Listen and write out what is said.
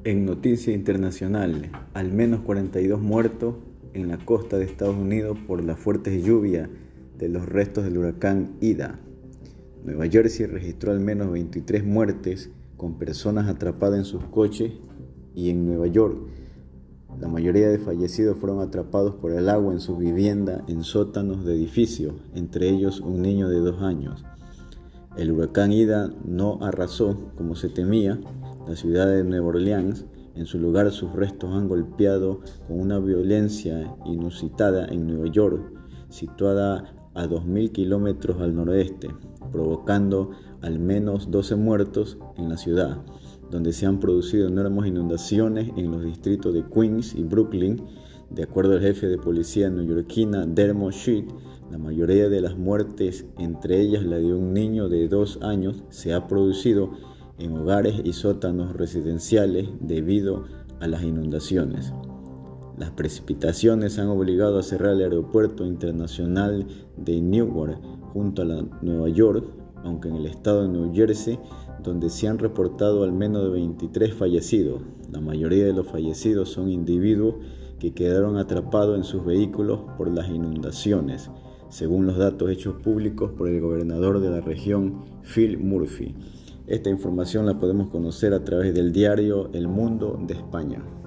En noticia internacional, al menos 42 muertos en la costa de Estados Unidos por las fuertes lluvias de los restos del huracán Ida. Nueva Jersey registró al menos 23 muertes con personas atrapadas en sus coches, y en Nueva York la mayoría de fallecidos fueron atrapados por el agua en sus viviendas en sótanos de edificios, entre ellos un niño de 2 años. El huracán Ida no arrasó, como se temía, la ciudad de Nueva Orleans. En su lugar, sus restos han golpeado con una violencia inusitada en Nueva York, situada a 2.000 kilómetros al noroeste, provocando al menos 12 muertos en la ciudad, donde se han producido enormes inundaciones en los distritos de Queens y Brooklyn. De acuerdo al jefe de policía neoyorquina Dermot Shea, la mayoría de las muertes, entre ellas la de un niño de 2 años, se ha producido en hogares y sótanos residenciales debido a las inundaciones. Las precipitaciones han obligado a cerrar el aeropuerto internacional de Newark junto a Nueva York, aunque en el estado de New Jersey, donde se han reportado al menos 23 fallecidos. La mayoría de los fallecidos son individuos que quedaron atrapados en sus vehículos por las inundaciones, según los datos hechos públicos por el gobernador de la región, Phil Murphy. Esta información la podemos conocer a través del diario El Mundo de España.